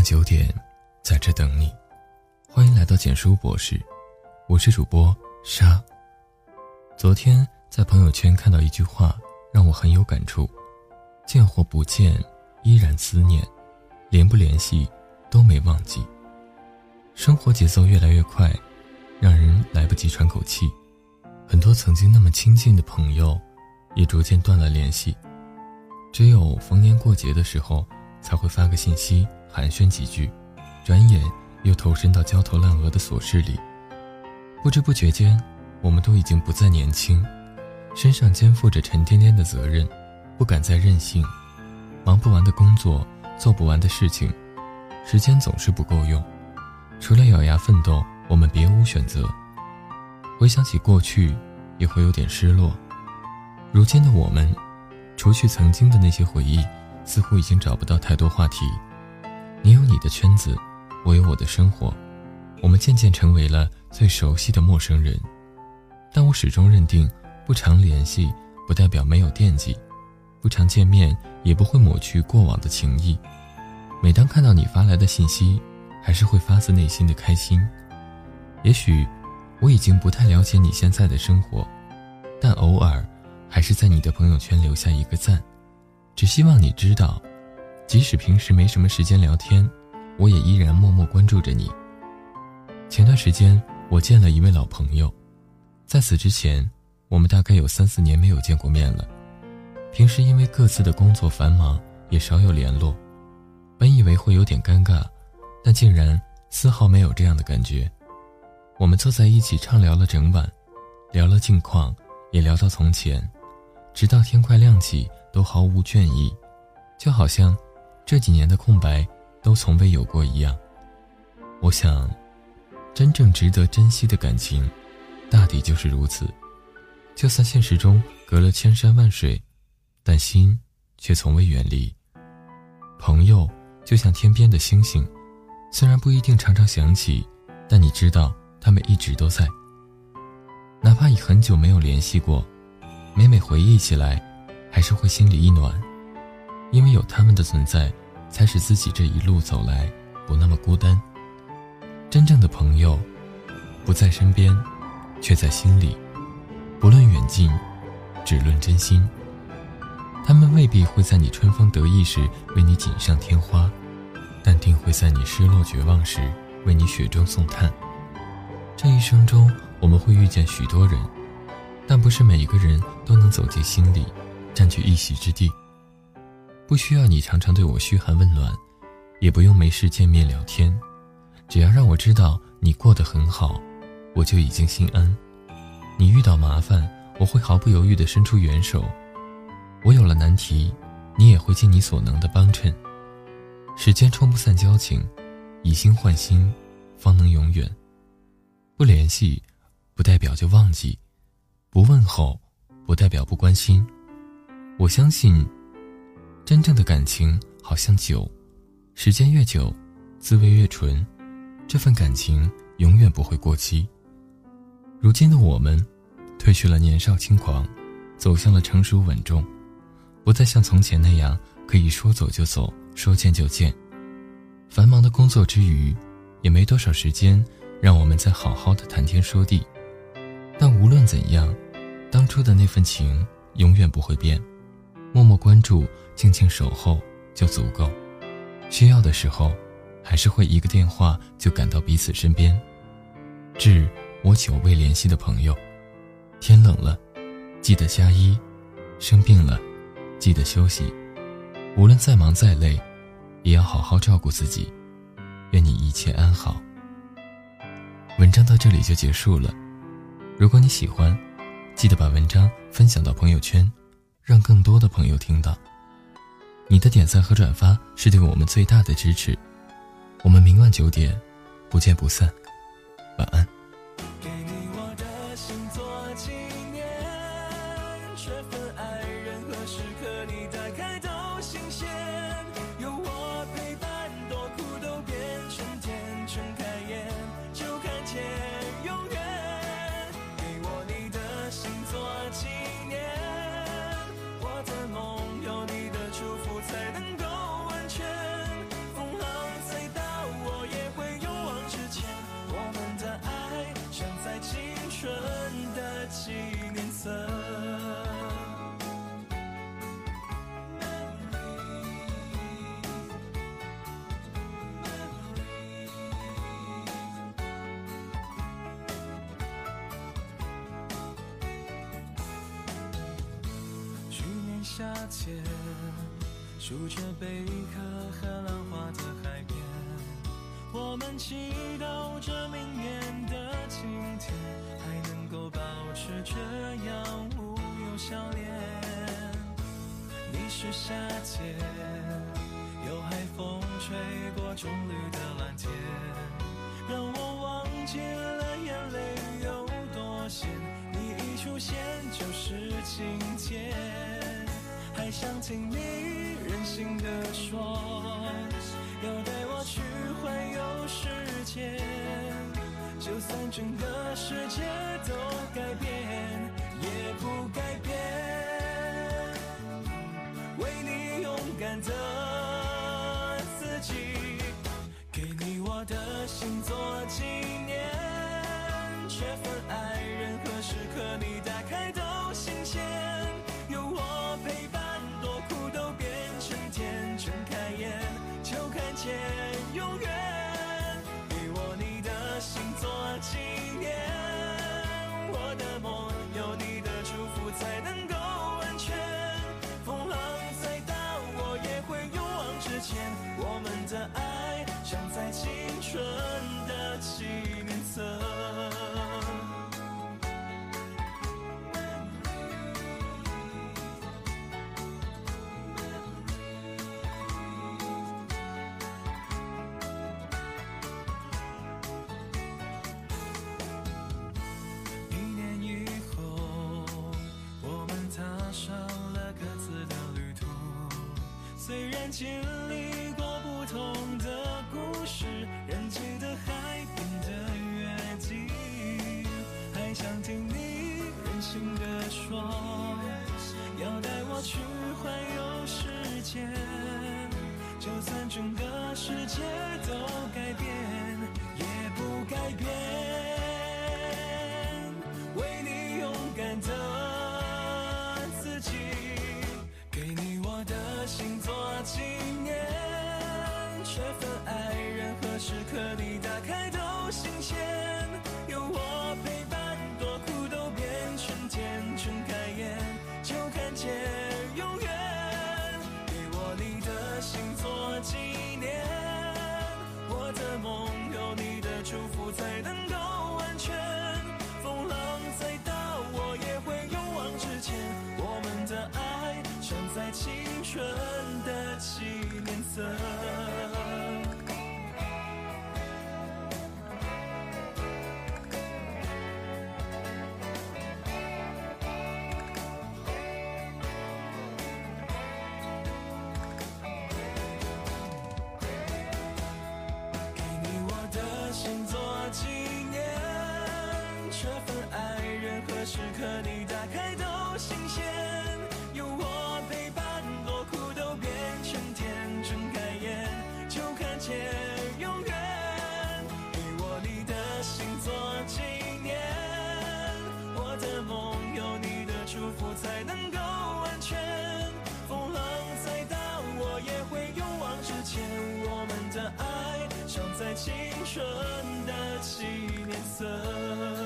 晚9点在这等你，欢迎来到简书博士，我是主播沙。昨天在朋友圈看到一句话，让我很有感触：见或不见，依然思念；联不联系，都没忘记。生活节奏越来越快，让人来不及喘口气。很多曾经那么亲近的朋友，也逐渐断了联系。只有逢年过节的时候，才会发个信息寒暄几句，转眼又投身到焦头烂额的琐事里。不知不觉间，我们都已经不再年轻，身上肩负着沉甸甸的责任，不敢再任性，忙不完的工作，做不完的事情，时间总是不够用。除了咬牙奋斗，我们别无选择。回想起过去，也会有点失落。如今的我们，除去曾经的那些回忆，似乎已经找不到太多话题。你有你的圈子，我有我的生活，我们渐渐成为了最熟悉的陌生人。但我始终认定，不常联系不代表没有惦记，不常见面也不会抹去过往的情谊。每当看到你发来的信息，还是会发自内心的开心。也许我已经不太了解你现在的生活，但偶尔还是在你的朋友圈留下一个赞，只希望你知道，即使平时没什么时间聊天，我也依然默默关注着你。前段时间我见了一位老朋友，在此之前我们大概有3-4年没有见过面了。平时因为各自的工作繁忙，也少有联络。本以为会有点尴尬，但竟然丝毫没有这样的感觉。我们坐在一起畅聊了整晚，聊了近况，也聊到从前，直到天快亮起都毫无倦意，就好像这几年的空白都从未有过一样。我想，真正值得珍惜的感情，大抵就是如此。就算现实中隔了千山万水，但心却从未远离。朋友就像天边的星星，虽然不一定常常想起，但你知道他们一直都在。哪怕已很久没有联系过，每每回忆起来，还是会心里一暖。因为有他们的存在，才使自己这一路走来不那么孤单。真正的朋友，不在身边，却在心里。不论远近，只论真心。他们未必会在你春风得意时为你锦上添花，但定会在你失落绝望时为你雪中送炭。这一生中，我们会遇见许多人，但不是每一个人都能走进心里，占据一席之地。不需要你常常对我嘘寒问暖，也不用没事见面聊天，只要让我知道你过得很好，我就已经心安。你遇到麻烦，我会毫不犹豫地伸出援手。我有了难题，你也会尽你所能的帮衬。时间冲不散交情，以心换心，方能永远。不联系，不代表就忘记；不问候，不代表不关心。我相信，真正的感情好像酒，时间越久，滋味越纯，这份感情永远不会过期。如今的我们，褪去了年少轻狂，走向了成熟稳重，不再像从前那样可以说走就走，说见就见。繁忙的工作之余，也没多少时间让我们再好好的谈天说地。但无论怎样，当初的那份情永远不会变。默默关注，静静守候就足够。需要的时候，还是会一个电话就赶到彼此身边。致我久未联系的朋友，天冷了，记得加衣；生病了，记得休息。无论再忙再累，也要好好照顾自己。愿你一切安好。文章到这里就结束了。如果你喜欢，记得把文章分享到朋友圈，让更多的朋友听到。你的点赞和转发是对我们最大的支持。我们明晚9点不见不散。晚安。 给你我的心做纪念，这份爱任何时刻你打开都新鲜，有我陪伴，多苦都变成甜，睁开眼就看见永远。给我你的心做纪念，我的梦有你的祝福才能够完全，风浪再大夏天，数着贝壳和浪花的海边，我们祈祷着明年的今天还能够保持这样无忧笑脸。你是夏天，有海风吹过棕榈的蓝天，让我忘记了眼泪有多咸。你一出现就是晴天，还想听你任性的说，要带我去环游世界，就算整个世界都改变，也不改变。为你勇敢的自己，给你我的心做纪念。缺份爱，任何时刻你打开都新鲜，有我陪伴，多苦都变成甜。睁开眼就看见永远，给我你的心做纪念。我的梦有你的祝福才能够安全，风浪再大我也会勇往直前。我们的爱像在青春的纪念册。虽然经历过不同的故事，仍记得海边的约定，还想听你任性的说，要带我去环游世界，就算整个世界都改变，也不改变。为你勇敢的自己，给你我的心做纪念。缺份爱，任何时刻你打开都新鲜，有我陪伴，多苦都变成甜。睁开眼就看见永远，给我你的心做纪念。我的梦有你的祝福才能够安全，风浪再大我也会勇往直前。我们的爱像在青春的纪念册。给你我的心做纪念，缺份爱，任何时刻你打开都新鲜，有我陪伴，多苦都变成甜。睁开眼就看见永远，给我你的心做纪念。我的梦有你的祝福才能够安全，风浪再大我也会勇往直前。我们的爱像在青春的纪念册。